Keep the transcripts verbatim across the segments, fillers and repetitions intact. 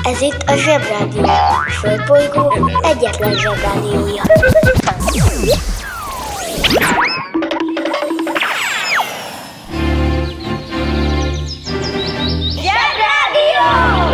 Ez itt a Zsebrádió, a Földbolygó egyetlen Zsebrádiója. Zsebrádió!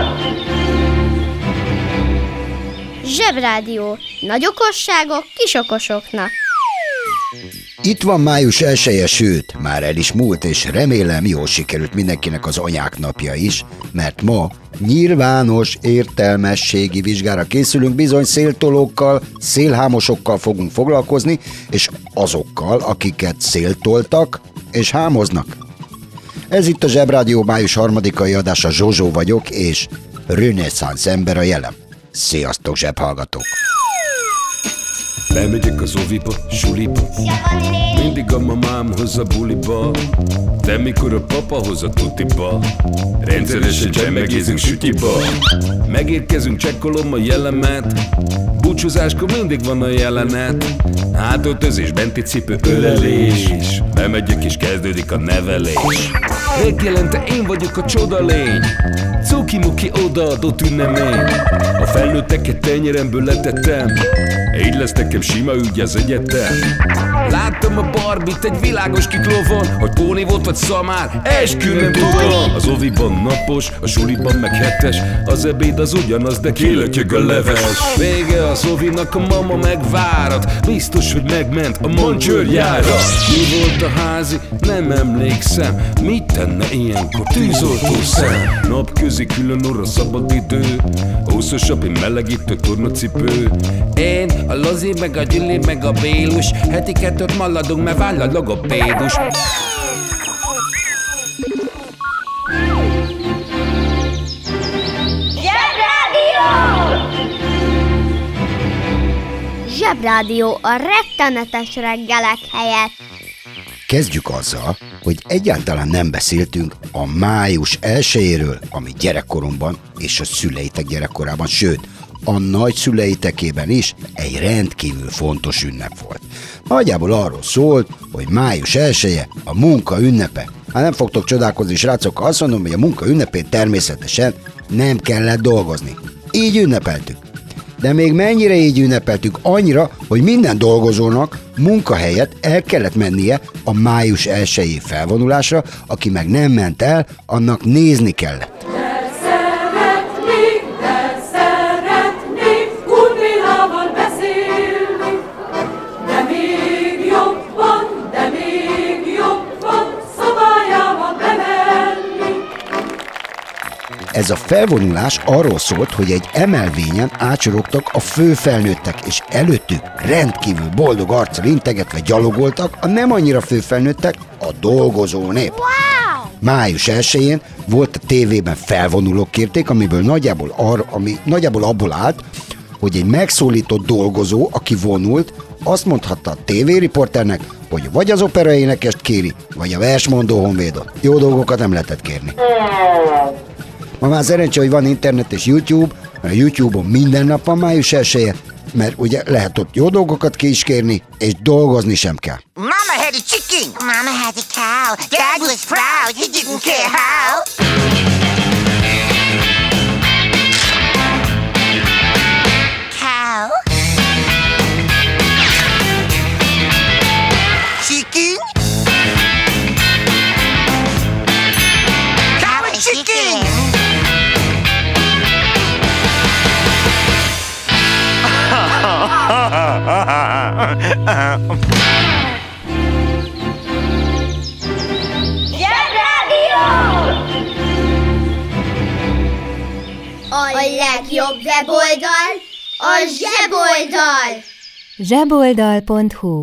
Zsebrádió. Nagy okosságok kis okosoknak. Itt van május elseje, sőt, már el is múlt, és remélem jól sikerült mindenkinek az anyák napja is, mert ma nyilvános értelmességi vizsgára készülünk, bizony széltolókkal, szélhámosokkal fogunk foglalkozni, és azokkal, akiket széltoltak és hámoznak. Ez itt a Zsebrádió május harmadikai adása, Zsozsó vagyok, és reneszánsz ember a jelem. Sziasztok, zsebhallgatók! Bemegyek az oviba, suliba, mindig a mamám hoz a buliba, de mikor a papa hoz a tutiba, rendszeresen csemmegézünk sütiba. Megérkezünk, csekkolom a jellemet, búcsúzáskor mindig van a jelenet, hátöltözés, benti cipő, ölelés, bemegyek és kezdődik a nevelés. Megjelente én vagyok a csodalény, cuki-muki odaadott ünnemény, a felnőtteket tenyeremből letettem, így lesz nekem sima ügy az egyetem. Láttam a Barbit egy világos kiklovon, hogy Póni volt vagy szamár, eskü nem tudom. Az oviban napos, a suliban meg hetes, az ebéd az ugyanaz, de kilötyög a leves. Vége az ovinak, a mama megvárat, biztos, hogy megment a mancsőrjára. Mi volt a házi? Nem emlékszem, mit tenne ilyenkor tűzoltó szem? Napközi külön orra szabad idő, húszosabb, én melegítő tornacipő. Én, a Lozi, meg a Gyüli, meg a Bélus, heti kettőt maladunk, mert váll a logopédus. Zsebrádió! Zsebrádió a rettenetes reggelek helyett. Kezdjük azzal, hogy egyáltalán nem beszéltünk a május elsejéről, ami gyerekkoromban és a szüleitek gyerekkorában, sőt, a nagyszüleitekében is egy rendkívül fontos ünnep volt. Nagyjából arról szólt, hogy május elseje a munka ünnepe. Hát nem fogtok csodálkozni, srácok, azt mondom, hogy a munka ünnepén természetesen nem kellett dolgozni. Így ünnepeltük. De még mennyire így ünnepeltük? Annyira, hogy minden dolgozónak munka helyett el kellett mennie a május elsejei felvonulásra, aki meg nem ment el, annak nézni kellett. Ez a felvonulás arról szólt, hogy egy emelvényen átsorogtak a főfelnőttek, és előttük rendkívül boldog arccal integetve gyalogoltak a nem annyira főfelnőttek, a dolgozó nép. Wow! május elsején volt a tévében felvonulók kérték, amiből nagyjából, ar, ami nagyjából abból állt, hogy egy megszólított dolgozó, aki vonult, azt mondhatta a tévériporternek, hogy vagy az operaénekest kéri, vagy a versmondó honvédot. Jó dolgokat nem lehetett kérni. Ma már szerencsé, hogy van internet és YouTube, mert a YouTube-on minden nap van május elseje, mert ugye lehet ott jó dolgokat ki is kérni, és dolgozni sem kell. Mama had a chicken, Mama had a cow, Dad was proud, he didn't care how. Cow. Chicken. Cow and chicken. Zsebrádió! A legjobb weboldal a Zseboldal! zseboldal pont hu.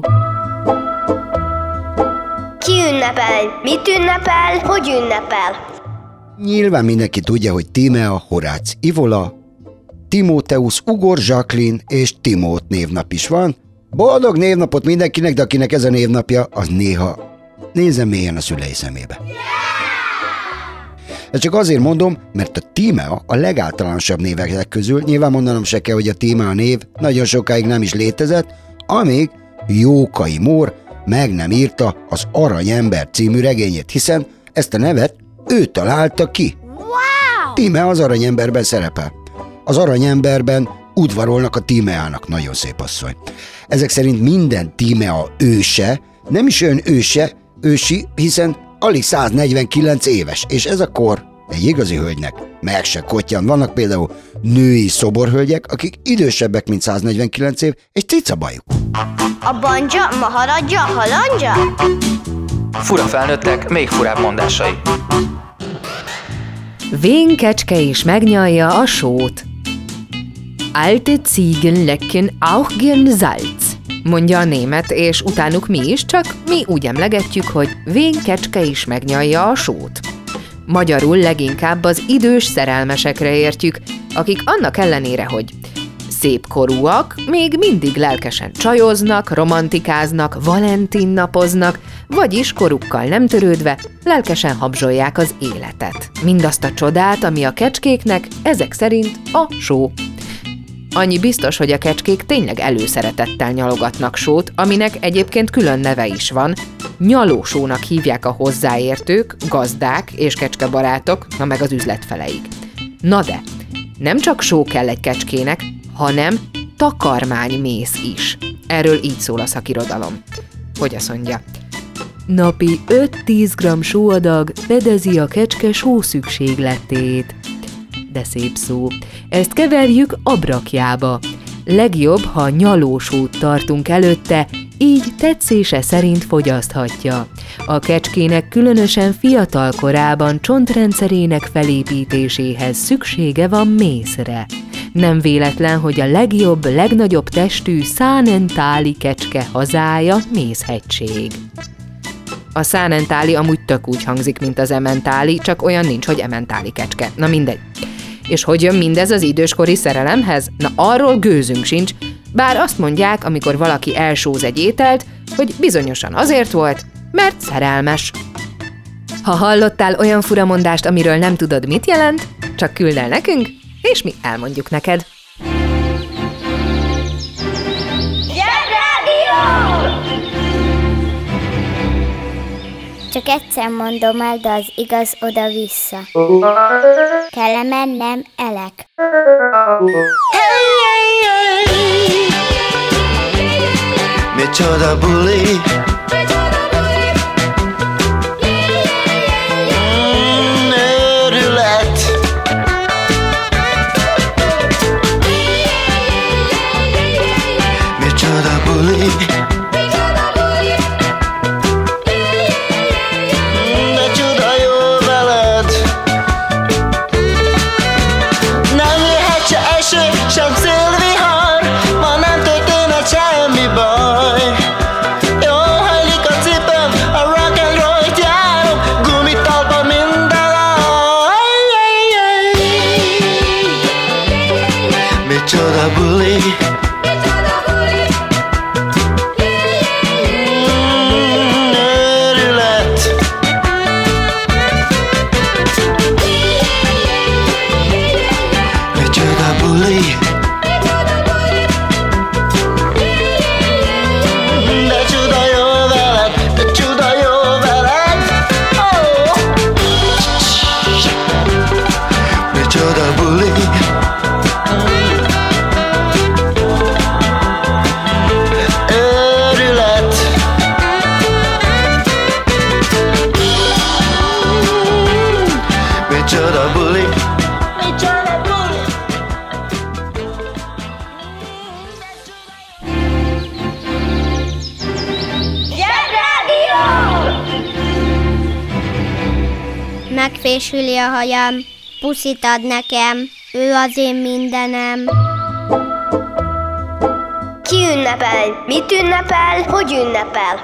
Ki ünnepel? Mit ünnepel? Hogy ünnepel? Nyilván mindenki tudja, hogy Tímea, Horác Ivola, Timóteusz Ugor Zsaklin és Timót névnap is van. Boldog névnapot mindenkinek, de akinek ez a névnapja, az néha nézzen mélyen a szülei szemébe. Ezt csak azért mondom, mert a Tímea a legáltalánosabb névek közül, nyilván mondanom se kell, hogy a Tímea név nagyon sokáig nem is létezett, amíg Jókai Mór meg nem írta az Aranyember című regényét, hiszen ezt a nevet ő találta ki. Wow! Tímea az Aranyemberben szerepel. Az aranyemberben udvarolnak a Tímeának, nagyon szép asszony. Ezek szerint minden Tímea őse nem is olyan őse, ősi, hiszen alig száznegyvenkilenc éves, és ez a kor egy igazi hölgynek meg se kottyan. Vannak például női szoborhölgyek, akik idősebbek, mint száznegyvenkilenc év, és cica bajuk. A banja, maharadja, halandja? Fura felnőttek, még furább mondásai. Vén kecske is megnyalja a sót. Alte Ziegen lecken auch gern Salz, mondja a német, és utánuk mi is, csak mi úgy emlegetjük, hogy vén kecske is megnyalja a sót. Magyarul leginkább az idős szerelmesekre értjük, akik annak ellenére, hogy szépkorúak, még mindig lelkesen csajoznak, romantikáznak, valentinnapoznak, vagyis korukkal nem törődve lelkesen habzsolják az életet. Mindazt a csodát, ami a kecskéknek ezek szerint a só. Annyi biztos, hogy a kecskék tényleg előszeretettel nyalogatnak sót, aminek egyébként külön neve is van. Nyalósónak hívják a hozzáértők, gazdák és kecskebarátok, na meg az üzletfeleik. Na de, nem csak só kell egy kecskének, hanem takarmánymész is. Erről így szól a szakirodalom. Hogy azt mondja? Napi öt-tíz gramm sóadag fedezi a kecske só szükségletét. De szép szó. Ezt keverjük abrakjába. Legjobb, ha nyalósót tartunk előtte, így tetszése szerint fogyaszthatja. A kecskének különösen fiatal korában csontrendszerének felépítéséhez szüksége van mészre. Nem véletlen, hogy a legjobb, legnagyobb testű Szánentáli kecske hazája Mészhegység. A Szánentáli amúgy tök úgy hangzik, mint az Emmentáli, csak olyan nincs, hogy Emmentáli kecske. Na mindegy. És hogy jön mindez az időskori szerelemhez? Na arról gőzünk sincs, bár azt mondják, amikor valaki elsóz egy ételt, hogy bizonyosan azért volt, mert szerelmes. Ha hallottál olyan furamondást, amiről nem tudod, mit jelent, csak küld el nekünk, és mi elmondjuk neked. Csak egyszer mondom el, de az igaz oda-vissza. Kell mennem, elek. Micsoda buli, mm, őrület. Micsoda buli, de csuda jó veled. Nem jöhet se eső, sem szélvihar, ma nem történhet semmi baj. Jó hajlik a cipőm, a rock and roll-t járom, gumitalpa minden aj. Micsoda buli, mm, őrület. Micsoda buli, de csuda jó veled, de csuda jó veled. Oh. Micsoda buli, őrület. Micsoda buli, micsoda buli. Megfésüli a hajam, puszit ad nekem, ő az én mindenem. Ki ünnepel? Mit ünnepel? Hogy ünnepel?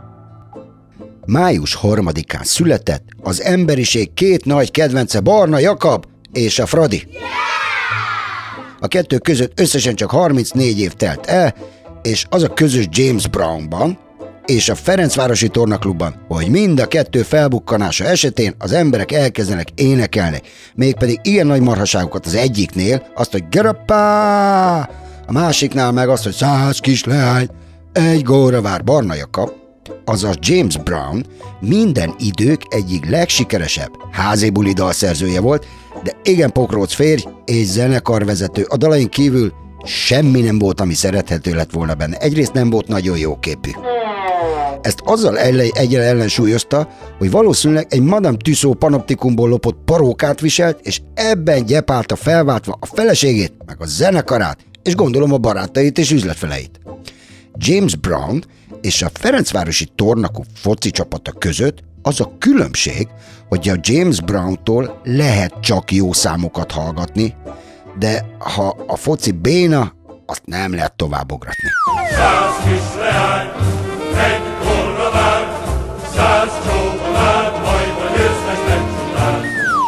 Május harmadikán született az emberiség két nagy kedvence, Barna Jakab és a Fradi. A kettő között összesen csak harmincnégy év telt el, és az a közös James Brownban és a Ferencvárosi Tornaklubban, hogy mind a kettő felbukkanása esetén az emberek elkezdenek énekelni. Mégpedig ilyen nagy marhaságokat az egyiknél, azt, hogy gerapá, a másiknál meg azt, hogy száz kis leány, egy góra vár. Barna Jakab, azaz James Brown minden idők egyik legsikeresebb házibuli dalszerzője volt, de igen pokróc férj és zenekarvezető. A dalain kívül semmi nem volt, ami szerethető lett volna benne. Egyrészt nem volt nagyon jóképű. Ezt azzal egyre ellensúlyozta, hogy valószínűleg egy Madame Tussauds panoptikumból lopott parókát viselt, és ebben gyepálta felváltva a feleségét, meg a zenekarát, és gondolom a barátait és üzletfeleit. James Brown és a Ferencvárosi Tornaklub foci csapata között az a különbség, hogy a James Browntól lehet csak jó számokat hallgatni, de ha a foci béna, azt nem lehet tovább ugratni. Száz kis leány, egy korra vár, száz csókolát, majd a győztes megcsodál.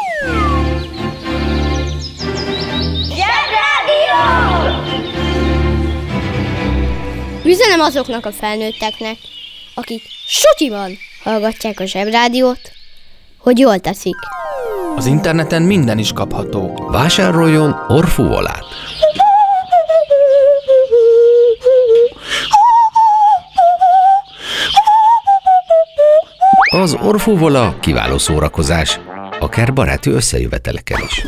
Zsebrádió! Üzenem azoknak a felnőtteknek, akik sutyiban hallgatják a Zsebrádiót, hogy jól teszik. Az interneten minden is kapható. Vásároljon Orfuvolát! Az Orfuvola kiváló szórakozás, akár baráti összejöveteleken is.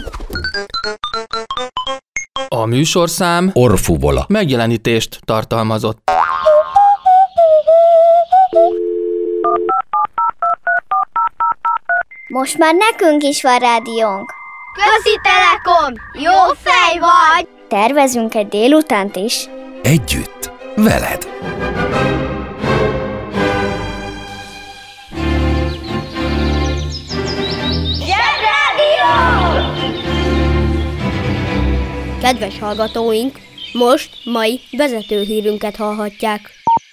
A műsorszám Orfuvola megjelenítést tartalmazott. Most már nekünk is van rádiónk. Közi Telekom! Jó fej vagy! Tervezünk egy délutánt is. együtt, veled! Zsebrádió! Kedves hallgatóink, most mai vezetőhírünket hallhatják.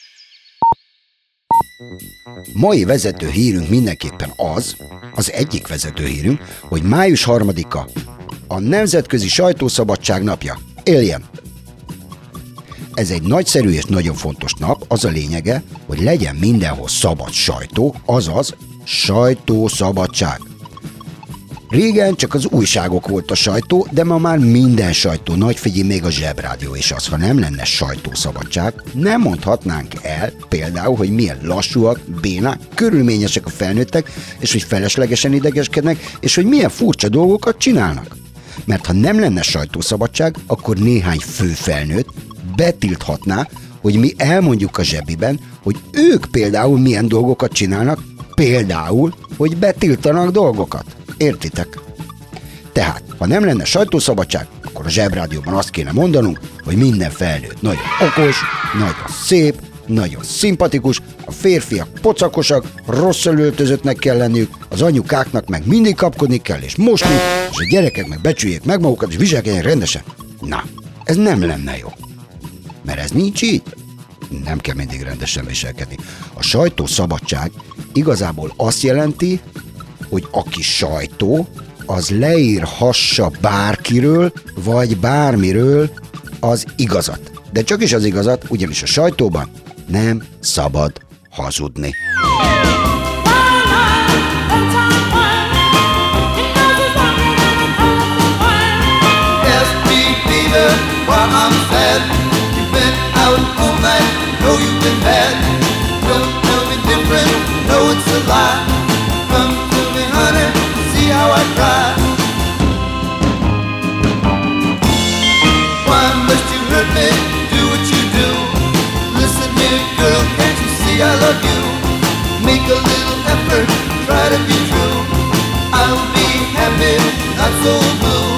Mai vezető hírünk mindenképpen az, az egyik vezető hírünk, hogy május harmadika a Nemzetközi Sajtószabadság napja. Éljen! Ez egy nagyszerű és nagyon fontos nap, az a lényege, hogy legyen mindenhol szabad sajtó, azaz sajtószabadság. Régen csak az újságok volt a sajtó, de ma már minden sajtó, nagy figyelj, még a Zsebrádió is az, ha nem lenne sajtószabadság, nem mondhatnánk el például, hogy milyen lassúak, bénák, körülményesek a felnőttek, és hogy feleslegesen idegeskednek, és hogy milyen furcsa dolgokat csinálnak. Mert ha nem lenne sajtószabadság, akkor néhány főfelnőtt betilthatná, hogy mi elmondjuk a Zsebiben, hogy ők például milyen dolgokat csinálnak, például, hogy betiltanak dolgokat. Értitek? Tehát, ha nem lenne sajtószabadság, akkor a Zsebrádióban azt kéne mondanunk, hogy minden felnőtt nagyon okos, nagyon szép, nagyon szimpatikus, a férfiak pocakosak, rosszul öltözöttnek kell lenniük, az anyukáknak meg mindig kapkodni kell és mosni, és a gyerekek meg becsüljék meg magukat és viselkedjenek rendesen. Na, ez nem lenne jó. Mert ez nincs így. Nem kell mindig rendesen viselkedni. A sajtószabadság igazából azt jelenti, hogy aki sajtó, az leírhassa bárkiről, vagy bármiről az igazat. De csak is az igazat, ugyanis a sajtóban nem szabad hazudni. How I cry. Why must you hurt me? Do what you do. Listen here, girl, can't you see I love you? Make a little effort, try to be true. I'll be happy, not so blue.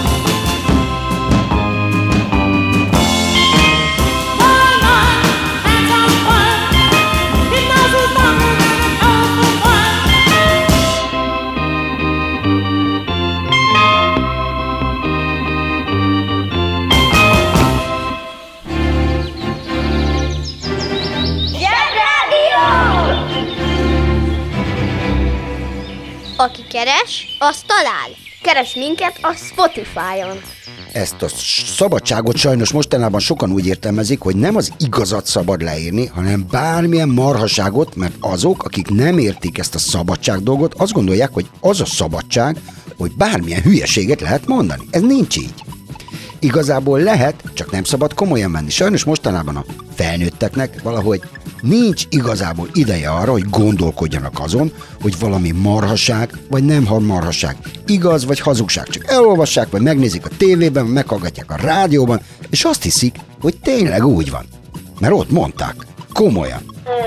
Aki keres, az talál. Keres minket a Spotify-on. Ezt a szabadságot sajnos mostanában sokan úgy értelmezik, hogy nem az igazat szabad leírni, hanem bármilyen marhaságot, mert azok, akik nem értik ezt a szabadság dolgot, azt gondolják, hogy az a szabadság, hogy bármilyen hülyeséget lehet mondani. Ez nincs így. Igazából lehet, csak nem szabad komolyan venni. Sajnos mostanában a felnőtteknek valahogy nincs igazából ideje arra, hogy gondolkodjanak azon, hogy valami marhaság, vagy nem marhaság, igaz vagy hazugság. Csak elolvassák, vagy megnézik a tévében, vagy meghallgatják a rádióban, és azt hiszik, hogy tényleg úgy van. Mert ott mondták. Komolyan.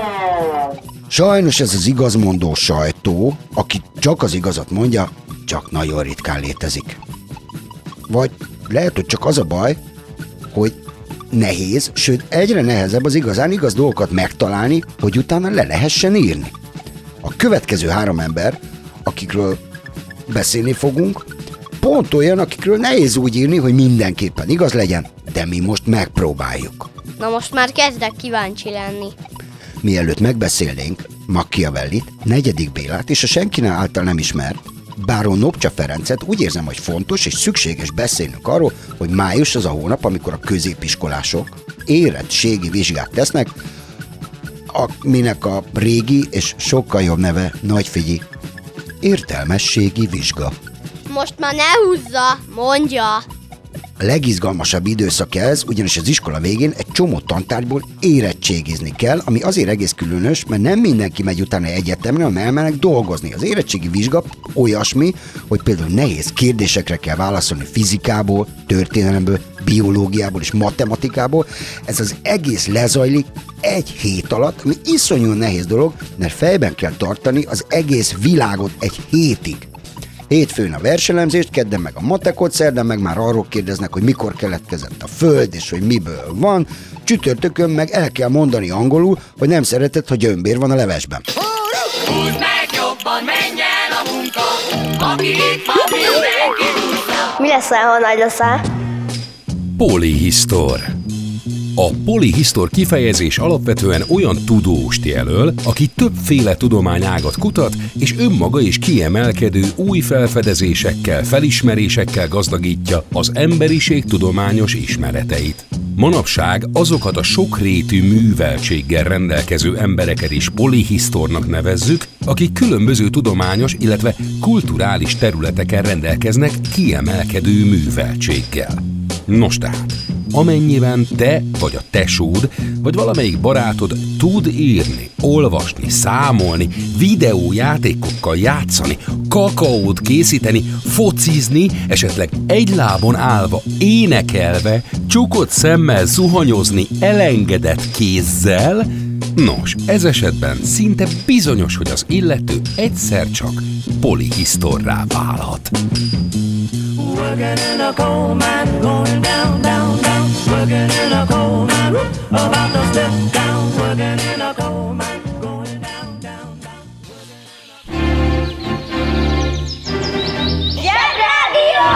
Sajnos ez az igazmondó sajtó, aki csak az igazat mondja, csak nagyon ritkán létezik. Vagy lehet, hogy csak az a baj, hogy nehéz, sőt egyre nehezebb az igazán igaz dolgokat megtalálni, hogy utána le lehessen írni. A következő három ember, akikről beszélni fogunk, pont olyan, akikről nehéz úgy írni, hogy mindenképpen igaz legyen, de mi most megpróbáljuk. Na most már kezdek kíváncsi lenni. Mielőtt megbeszélnénk Machiavellit, Negyedik Bélát és a senki által nem ismert báró Nopcsa Ferencet, úgy érzem, hogy fontos és szükséges beszélnünk arról, hogy május az a hónap, amikor a középiskolások érettségi vizsgát tesznek, aminek a régi és sokkal jobb neve, nagyfigyi, értelmességi vizsga. Most már ne húzza, mondja! A legizgalmasabb időszak ez, ugyanis az iskola végén egy csomó tantárgyból érettségizni kell, ami azért egész különös, mert nem mindenki megy utána egyetemre, hanem elmennek dolgozni. Az érettségi vizsga olyasmi, hogy például nehéz kérdésekre kell válaszolni fizikából, történelemből, biológiából és matematikából. Ez az egész lezajlik egy hét alatt, ami iszonyú nehéz dolog, mert fejben kell tartani az egész világot egy hétig. Hétfőn a verselemzést, kedden meg a matekot, szerdán meg már arról kérdeznek, hogy mikor keletkezett a Föld, és hogy miből van, csütörtökön meg el kell mondani angolul, hogy nem szereted, hogy gyömbér van a levesben. Húzd meg jobban, menj el a munka, aki itt van, mindenki húzza. Mi leszel, ha nagy leszel? Polihisztor. A polihisztor kifejezés alapvetően olyan tudóst jelöl, aki többféle tudományágat kutat, és önmaga is kiemelkedő új felfedezésekkel, felismerésekkel gazdagítja az emberiség tudományos ismereteit. Manapság azokat a sokrétű műveltséggel rendelkező embereket is polihisztornak nevezzük, akik különböző tudományos, illetve kulturális területeken rendelkeznek kiemelkedő műveltséggel. Nos tehát, amennyiben te vagy a tesód, vagy valamelyik barátod tud írni, olvasni, számolni, videójátékokkal játszani, kakaót készíteni, focizni, esetleg egy lábon állva, énekelve, csukott szemmel zuhanyozni, elengedett kézzel, nos, ez esetben szinte bizonyos, hogy az illető egyszer csak polihisztorrá válhat. Working in a coal mine, going down, down, down. Working in a coal mine, whoop, about to step down. Working in a coal mine, going down, down, down. Zsebrádió!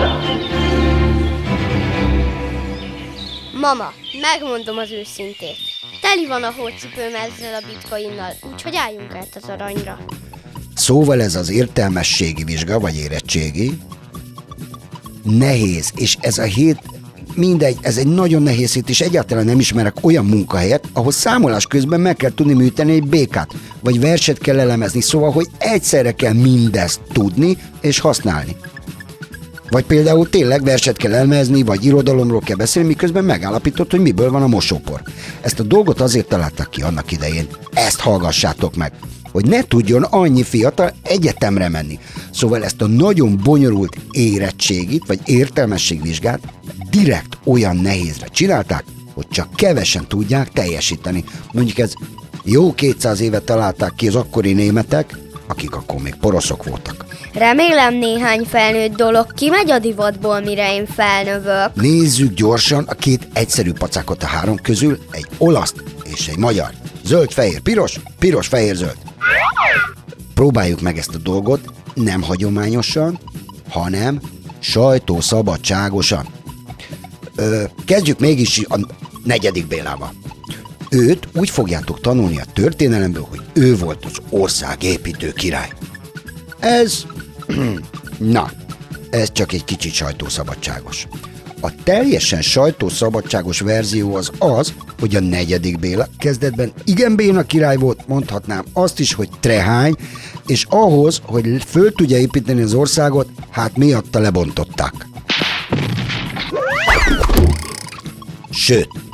Mama, megmondom az őszintét. Teli van a hócipőm ezzel a bitcoinnal, úgyhogy álljunk át az aranyra. Szóval ez az értelmességi vizsga, vagy érettségi, nehéz, és ez a hét mindegy, ez egy nagyon nehéz hét, és egyáltalán nem ismerek olyan munkahelyet, ahol számolás közben meg kell tudni műteni egy békát, vagy verset kell elemezni, szóval, hogy egyszerre kell mindezt tudni és használni. Vagy például tényleg verset kell elemezni, vagy irodalomról kell beszélni, miközben megállapított, hogy miből van a mosópor. Ezt a dolgot azért találták ki annak idején. Ezt hallgassátok meg, hogy ne tudjon annyi fiatal egyetemre menni. Szóval ezt a nagyon bonyolult érettségit, vagy értelmességvizsgát direkt olyan nehézre csinálták, hogy csak kevesen tudják teljesíteni. Mondjuk ez jó kétszáz éve találták ki az akkori németek, akik akkor még poroszok voltak. Remélem néhány felnőtt dolog kimegy a divatból, mire én felnövök. Nézzük gyorsan a két egyszerű pacákot a három közül, egy olaszt és egy magyar. Zöld, fehér, piros, piros, fehér, zöld. Próbáljuk meg ezt a dolgot nem hagyományosan, hanem sajtószabadságosan. Ö, kezdjük mégis a Negyedik Bélával. Őt úgy fogjátok tanulni a történelemből, hogy ő volt az ország építő király. Ez, na, ez csak egy kicsit sajtószabadságos. A teljesen sajtószabadságos verzió az az, hogy a Negyedik Béla kezdetben igen béna király volt, mondhatnám azt is, hogy trehány, és ahhoz, hogy föl tudja építeni az országot, hát miatta lebontották. Sőt,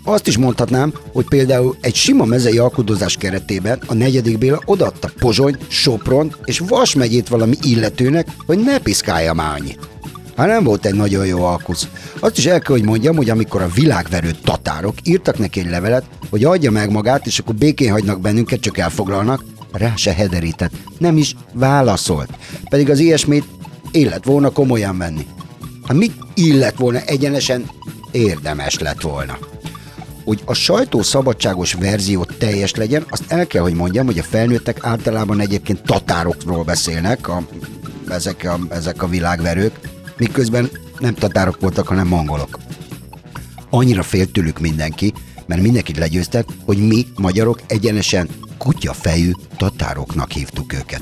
Azt is mondhatnám, hogy például egy sima mezei alkudozás keretében a negyedik Béla odaadta Pozsony, Sopron és Vas megyét valami illetőnek, hogy ne piszkálja már annyit. Hát nem volt egy nagyon jó alkusz. Azt is el kell, hogy mondjam, hogy amikor a világverő tatárok írtak neki egy levelet, hogy adja meg magát, és akkor békén hagynak bennünket, csak elfoglalnak, rá se hederített, nem is válaszolt. Pedig az ilyesmit illet volna komolyan venni. Hát mit illet volna egyenesen, érdemes lett volna. Hogy a sajtó szabadságos verzió teljes legyen, azt el kell, hogy mondjam, hogy a felnőttek általában egyébként tatárokról beszélnek, a, ezek, a, ezek a világverők, miközben nem tatárok voltak, hanem mongolok. Annyira félt tőlük mindenki, mert mindenkit legyőztek, hogy mi, magyarok, egyenesen kutyafejű tatároknak hívtuk őket.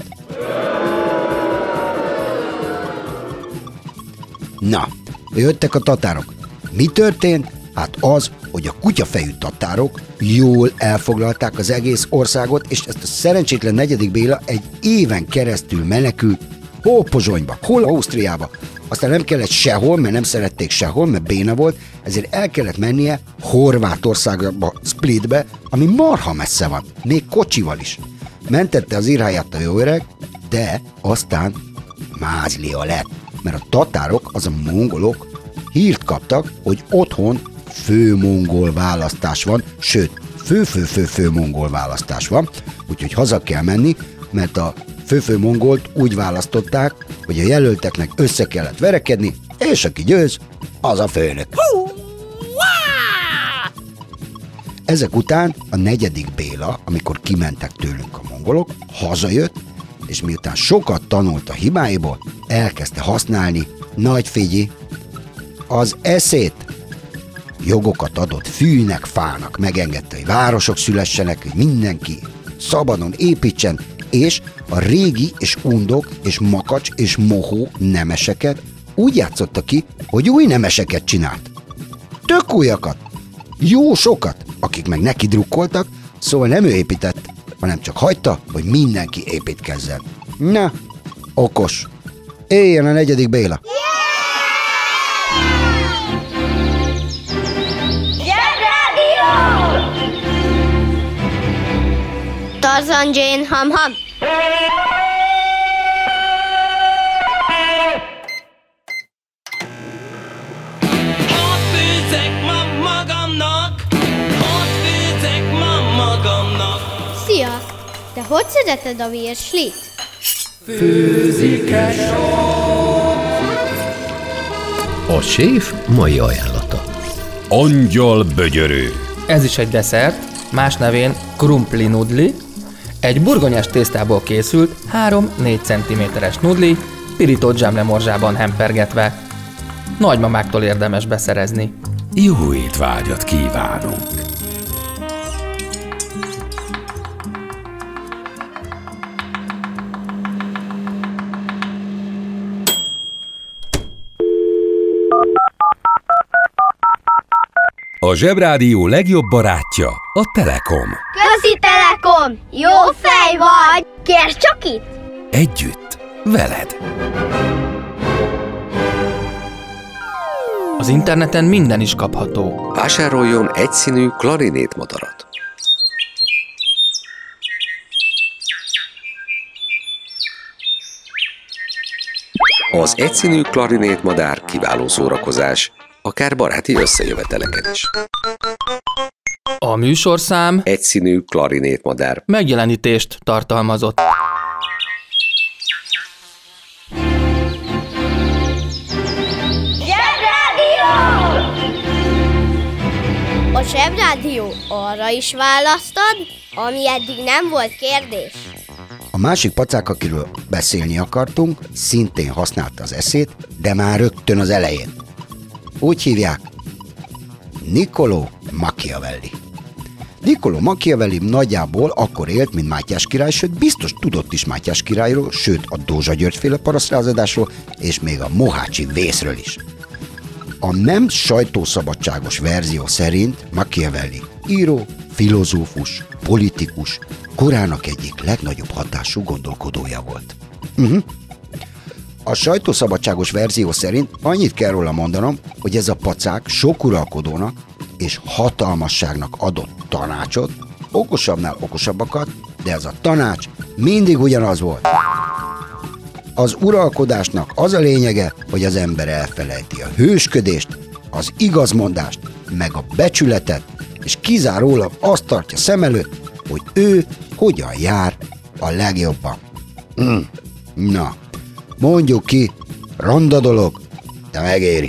Na, jöttek a tatárok. Mi történt? Hát az, hogy a kutyafejű tatárok jól elfoglalták az egész országot, és ezt a szerencsétlen negyedik Béla egy éven keresztül menekült, hol Pozsonyba, hol Ausztriába. Aztán nem kellett sehol, mert nem szerették sehol, mert béna volt, ezért el kellett mennie Horvátországba, Splitbe, ami marha messze van, még kocsival is. Mentette az irháját a jó öreg, de aztán mázlia lett, mert a tatárok, az a mongolok hírt kaptak, hogy otthon fő-mongol választás van, sőt, fő-fő-fő-fő mongol választás van, úgyhogy haza kell menni, mert a fő-fő mongolt úgy választották, hogy a jelölteknek össze kellett verekedni, és aki győz, az a főnök. Ezek után a negyedik Béla, amikor kimentek tőlünk a mongolok, hazajött, és miután sokat tanult a hibáiból, elkezdte használni, nagy figyi, az eszét. Jogokat adott fűnek, fának, megengedte, hogy városok szülessenek, hogy mindenki szabadon építsen, és a régi és undok és makacs és mohó nemeseket úgy játszotta ki, hogy új nemeseket csinált. Tök újakat, jó sokat, akik meg neki drukkoltak, szóval nem ő épített, hanem csak hagyta, hogy mindenki építkezzen. Na, okos. Éljen a negyedik Béla! Tarzan, Jane, ham-ham! Hadd főzzek ma magamnak, hadd főzzek ma magamnak. Szia! Te hogy szereted a virslit? Főzik-e A séf mai ajánlata. Angyalbögyörő. Ez is egy desszert, más nevén krumpli nudli. Egy burgonyás tésztából készült három-négy centiméteres nudli, pirított zsemlemorzsában hempergetve. Nagymamáktól érdemes beszerezni. Jó étvágyat kívánunk! A Zsebrádió legjobb barátja a Telekom. Közi Telekom! Jó fej vagy! Kérd csak itt! Együtt, veled. Az interneten minden is kapható. Vásároljon egyszínű klarinétmadarat. Az egyszínű klarinétmadár kiváló szórakozás, akár baráti összejöveteleken is. A műsorszám egyszínű klarinétmadár megjelenítést tartalmazott. Zsebrádió! A Zsebrádió arra is választad, ami eddig nem volt kérdés. A másik pacák, akiről beszélni akartunk, szintén használta az eszét, de már rögtön az elején. Úgy hívják, Niccolò Machiavelli. Niccolò Machiavelli nagyjából akkor élt, mint Mátyás király, sőt biztos tudott is Mátyás királyról, sőt a Dózsa György-féle parasztlázadásról, és még a mohácsi vészről is. A nem sajtószabadságos verzió szerint Machiavelli író, filozófus, politikus, korának egyik legnagyobb hatású gondolkodója volt. Uh-huh. A sajtószabadságos verzió szerint annyit kell róla mondanom, hogy ez a pacák sok uralkodónak és hatalmasságnak adott tanácsot, okosabbnál okosabbakat, de ez a tanács mindig ugyanaz volt. Az uralkodásnak az a lényege, hogy az ember elfelejti a hősködést, az igazmondást, meg a becsületet, és kizárólag azt tartja szem előtt, hogy ő hogyan jár a legjobban. Mm. Na, mondjuk ki, ronda dolog, de megéri.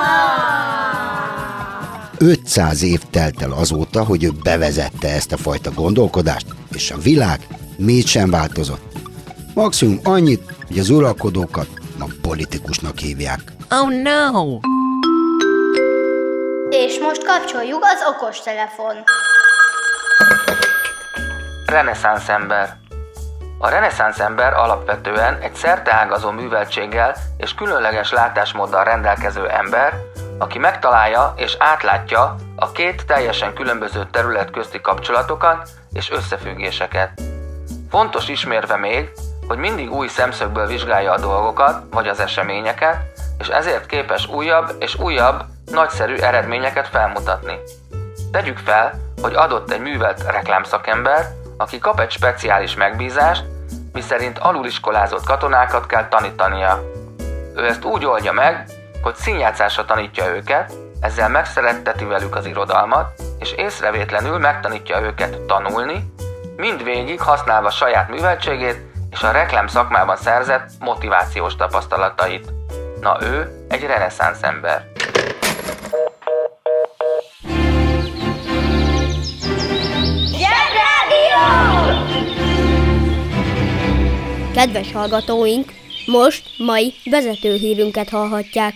ötszáz év telt el azóta, hogy ő bevezette ezt a fajta gondolkodást, és a világ mégsem változott. Maximum annyit, hogy az uralkodókat ma politikusnak hívják. Oh no! És most kapcsoljuk az okostelefon. Reneszánsz ember. A reneszánsz ember alapvetően egy szerteágazó műveltséggel és különleges látásmóddal rendelkező ember, aki megtalálja és átlátja a két teljesen különböző terület közti kapcsolatokat és összefüggéseket. Fontos ismérve még, hogy mindig új szemszögből vizsgálja a dolgokat vagy az eseményeket, és ezért képes újabb és újabb, nagyszerű eredményeket felmutatni. Tegyük fel, hogy adott egy művelt reklámszakember, aki kap egy speciális megbízást, miszerint aluliskolázott katonákat kell tanítania. Ő ezt úgy oldja meg, hogy színjátszásra tanítja őket, ezzel megszeretteti velük az irodalmat, és észrevétlenül megtanítja őket tanulni, mindvégig használva saját műveltségét és a reklám szakmában szerzett motivációs tapasztalatait. Na ő egy reneszánsz ember. Kedves hallgatóink, most mai vezetőhírünket hallhatják.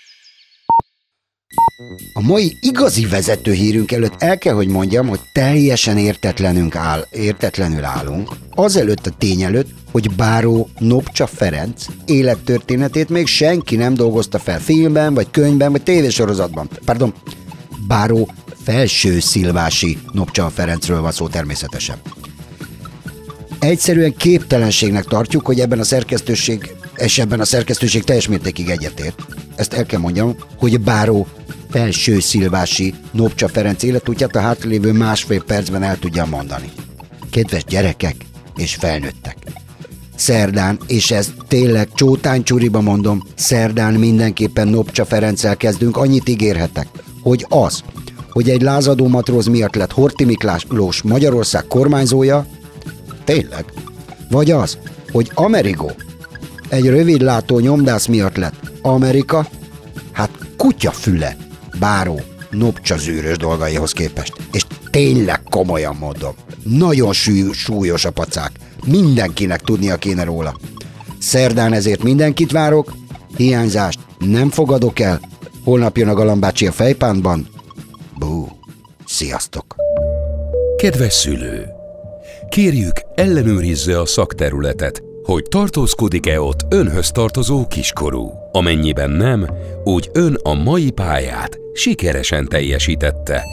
A mai igazi vezetőhírünk előtt el kell, hogy mondjam, hogy teljesen értetlenünk áll, értetlenül állunk, azelőtt a tény előtt, hogy báró Nopcsa Ferenc élettörténetét még senki nem dolgozta fel filmben, vagy könyvben, vagy tévésorozatban. Pardon, báró Felsőszilvási Nopcsa Ferencről van szó természetesen. Egyszerűen képtelenségnek tartjuk, hogy ebben a szerkesztőség, és ebben a szerkesztőség teljes mértékig egyetért. Ezt el kell mondjam, hogy báró Felsőszilvási Nopcsa Ferenc életútját a hátralévő másfél percben el tudja mondani. Kedves gyerekek és felnőttek! Szerdán, és ez tényleg csótánycsúriba mondom, szerdán mindenképpen Nopcsa Ferenccel kezdünk, annyit ígérhetek, hogy az, hogy egy lázadó matróz miatt lett Horthy Miklós Magyarország kormányzója, tényleg, vagy az, hogy Amerigo egy rövidlátó nyomdász miatt lett Amerika, hát kutyafüle báró Nopcsa zűrös dolgaihoz képest. És tényleg komolyan mondom, nagyon súly, súlyos a pacák, mindenkinek tudnia kéne róla. Szerdán ezért mindenkit várok, hiányzást nem fogadok el, holnap jön a Galambácsi a fejpántban. Bú, sziasztok! Kedves szülő! Kérjük, ellenőrizze a szakterületet, hogy tartózkodik-e ott önhöz tartozó kiskorú. Amennyiben nem, úgy ön a mai pályát sikeresen teljesítette.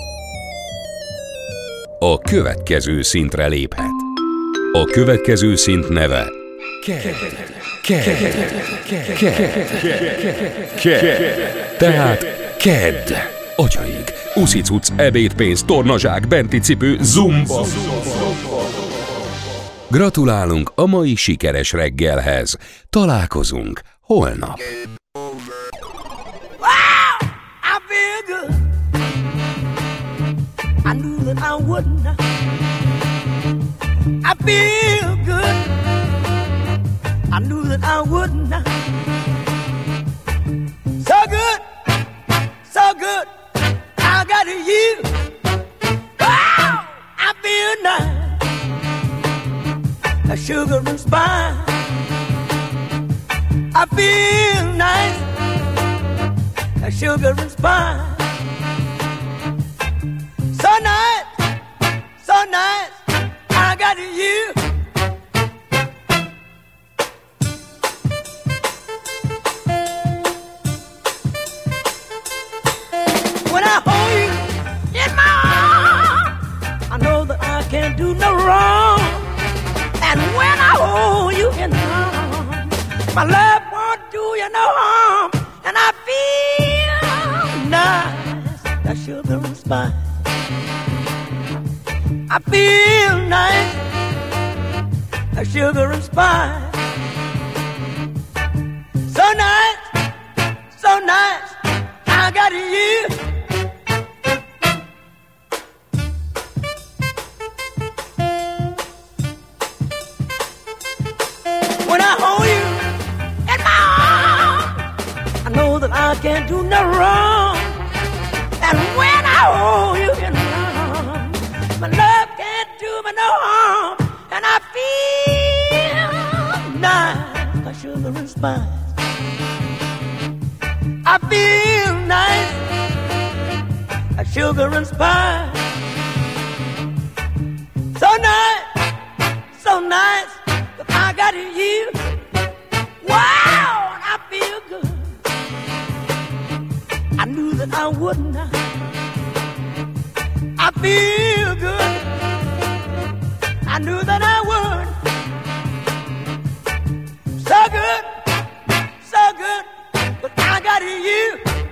A következő szintre léphet. A következő szint neve Ked. Ked. Ked. Ked. Tehát Ked. Atyaig, uszicuc, ebédpénz, tornazsák, benti cipő, zumba. Gratulálunk a mai sikeres reggelhez. Találkozunk holnap. Wow! I feel good. I knew that I wouldn't. I feel good. I knew that I wouldn't. So good, so good. I got you. Wow! I feel nice. A sugar and spice. I feel nice. A sugar and spice. So nice, so nice. I got you. When I hold you in my arms, I know that I can't do no wrong. And when I hold you in my arms, my love won't do you no harm. And I feel nice, that sugar and spice. spice. I feel nice, like sugar and spice. So nice, so nice, I got you. When I hold you in my arms, I know that I can't do no wrong. And when I hold you in my arms, my love can't do me no harm. And I feel nice, like sugar and spice. I feel nice, like sugar and spice. So nice, so nice, but I got you. Wow, and I feel good. I knew that I wouldn't. I feel good. I knew that I would. So good, so good, but I got you.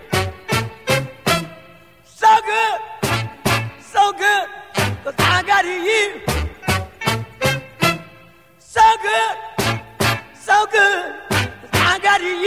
So good, so good, but I got you. So good, so good, but I got you.